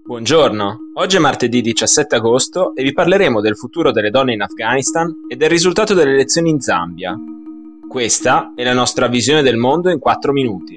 Buongiorno, oggi è martedì 17 agosto e vi parleremo del futuro delle donne in Afghanistan e del risultato delle elezioni in Zambia. Questa è la nostra visione del mondo in 4 minuti.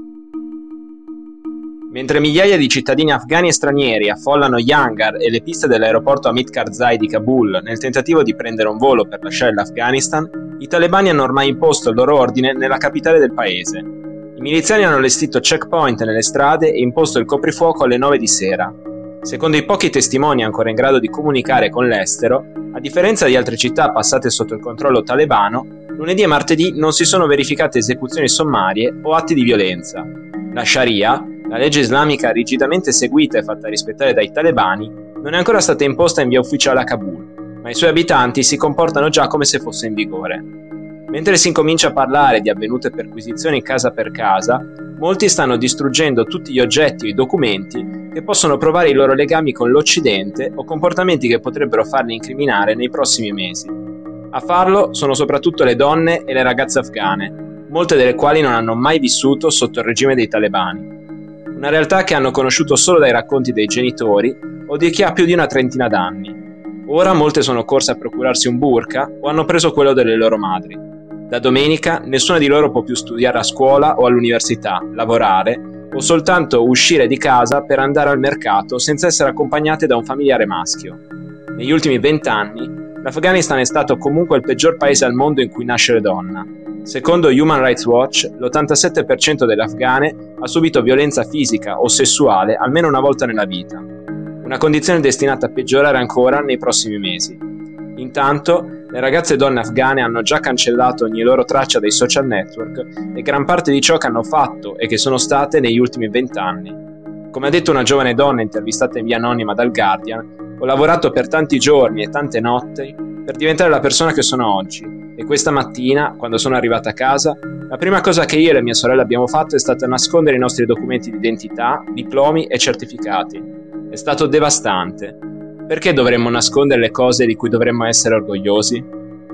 Mentre migliaia di cittadini afghani e stranieri affollano gli hangar e le piste dell'aeroporto Hamid Karzai di Kabul nel tentativo di prendere un volo per lasciare l'Afghanistan, i talebani hanno ormai imposto il loro ordine nella capitale del paese. I miliziani hanno allestito checkpoint nelle strade e imposto il coprifuoco alle 9 di sera. Secondo i pochi testimoni ancora in grado di comunicare con l'estero, a differenza di altre città passate sotto il controllo talebano, lunedì e martedì non si sono verificate esecuzioni sommarie o atti di violenza. La Sharia, la legge islamica rigidamente seguita e fatta rispettare dai talebani, non è ancora stata imposta in via ufficiale a Kabul, ma i suoi abitanti si comportano già come se fosse in vigore. Mentre si incomincia a parlare di avvenute perquisizioni casa per casa, molti stanno distruggendo tutti gli oggetti e i documenti che possono provare i loro legami con l'Occidente o comportamenti che potrebbero farli incriminare nei prossimi mesi. A farlo sono soprattutto le donne e le ragazze afghane, molte delle quali non hanno mai vissuto sotto il regime dei talebani. Una realtà che hanno conosciuto solo dai racconti dei genitori o di chi ha più di una trentina d'anni. Ora molte sono corse a procurarsi un burqa o hanno preso quello delle loro madri. Da domenica nessuna di loro può più studiare a scuola o all'università, lavorare o soltanto uscire di casa per andare al mercato senza essere accompagnate da un familiare maschio. Negli ultimi 20 anni, l'Afghanistan è stato comunque il peggior paese al mondo in cui nascere donna. Secondo Human Rights Watch, l'87% delle afghane ha subito violenza fisica o sessuale almeno una volta nella vita. Una condizione destinata a peggiorare ancora nei prossimi mesi. Intanto, le ragazze donne afghane hanno già cancellato ogni loro traccia dai social network e gran parte di ciò che hanno fatto e che sono state negli ultimi 20 anni. Come ha detto una giovane donna intervistata in via anonima dal Guardian, ho lavorato per tanti giorni e tante notti per diventare la persona che sono oggi e questa mattina, quando sono arrivata a casa, la prima cosa che io e la mia sorella abbiamo fatto è stata nascondere i nostri documenti di identità, diplomi e certificati. È stato devastante. Perché dovremmo nascondere le cose di cui dovremmo essere orgogliosi?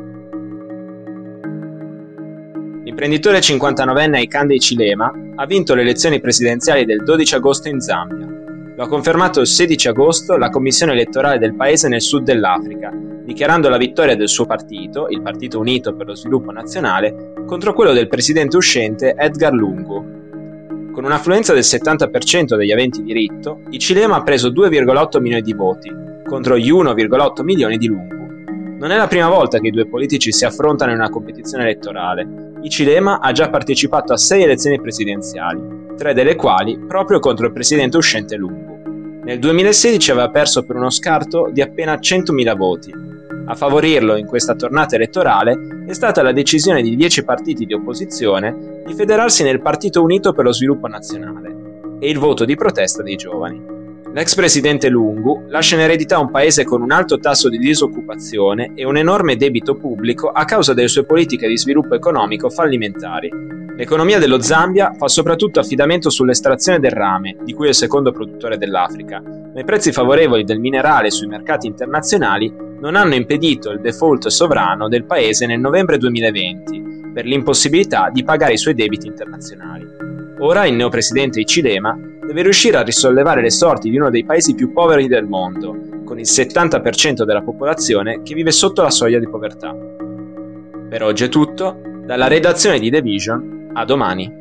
L'imprenditore 59enne Hakainde Hichilema ha vinto le elezioni presidenziali del 12 agosto in Zambia. Lo ha confermato il 16 agosto la commissione elettorale del paese nel sud dell'Africa, dichiarando la vittoria del suo partito, il Partito Unito per lo Sviluppo Nazionale, contro quello del presidente uscente Edgar Lungu. Con un'affluenza del 70% degli aventi diritto, Hichilema ha preso 2,8 milioni di voti, contro gli 1,8 milioni di Lungu. Non è la prima volta che i due politici si affrontano in una competizione elettorale. Hichilema ha già partecipato a 6 elezioni presidenziali, 3 delle quali proprio contro il presidente uscente Lungu. Nel 2016 aveva perso per uno scarto di appena 100.000 voti. A favorirlo in questa tornata elettorale è stata la decisione di 10 partiti di opposizione di federarsi nel Partito Unito per lo Sviluppo Nazionale e il voto di protesta dei giovani. L'ex presidente Lungu lascia in eredità un paese con un alto tasso di disoccupazione e un enorme debito pubblico a causa delle sue politiche di sviluppo economico fallimentari. L'economia dello Zambia fa soprattutto affidamento sull'estrazione del rame, di cui è il secondo produttore dell'Africa, ma i prezzi favorevoli del minerale sui mercati internazionali non hanno impedito il default sovrano del paese nel novembre 2020 per l'impossibilità di pagare i suoi debiti internazionali. Ora il neopresidente Hichilema deve riuscire a risollevare le sorti di uno dei paesi più poveri del mondo, con il 70% della popolazione che vive sotto la soglia di povertà. Per oggi è tutto, dalla redazione di The Vision, a domani.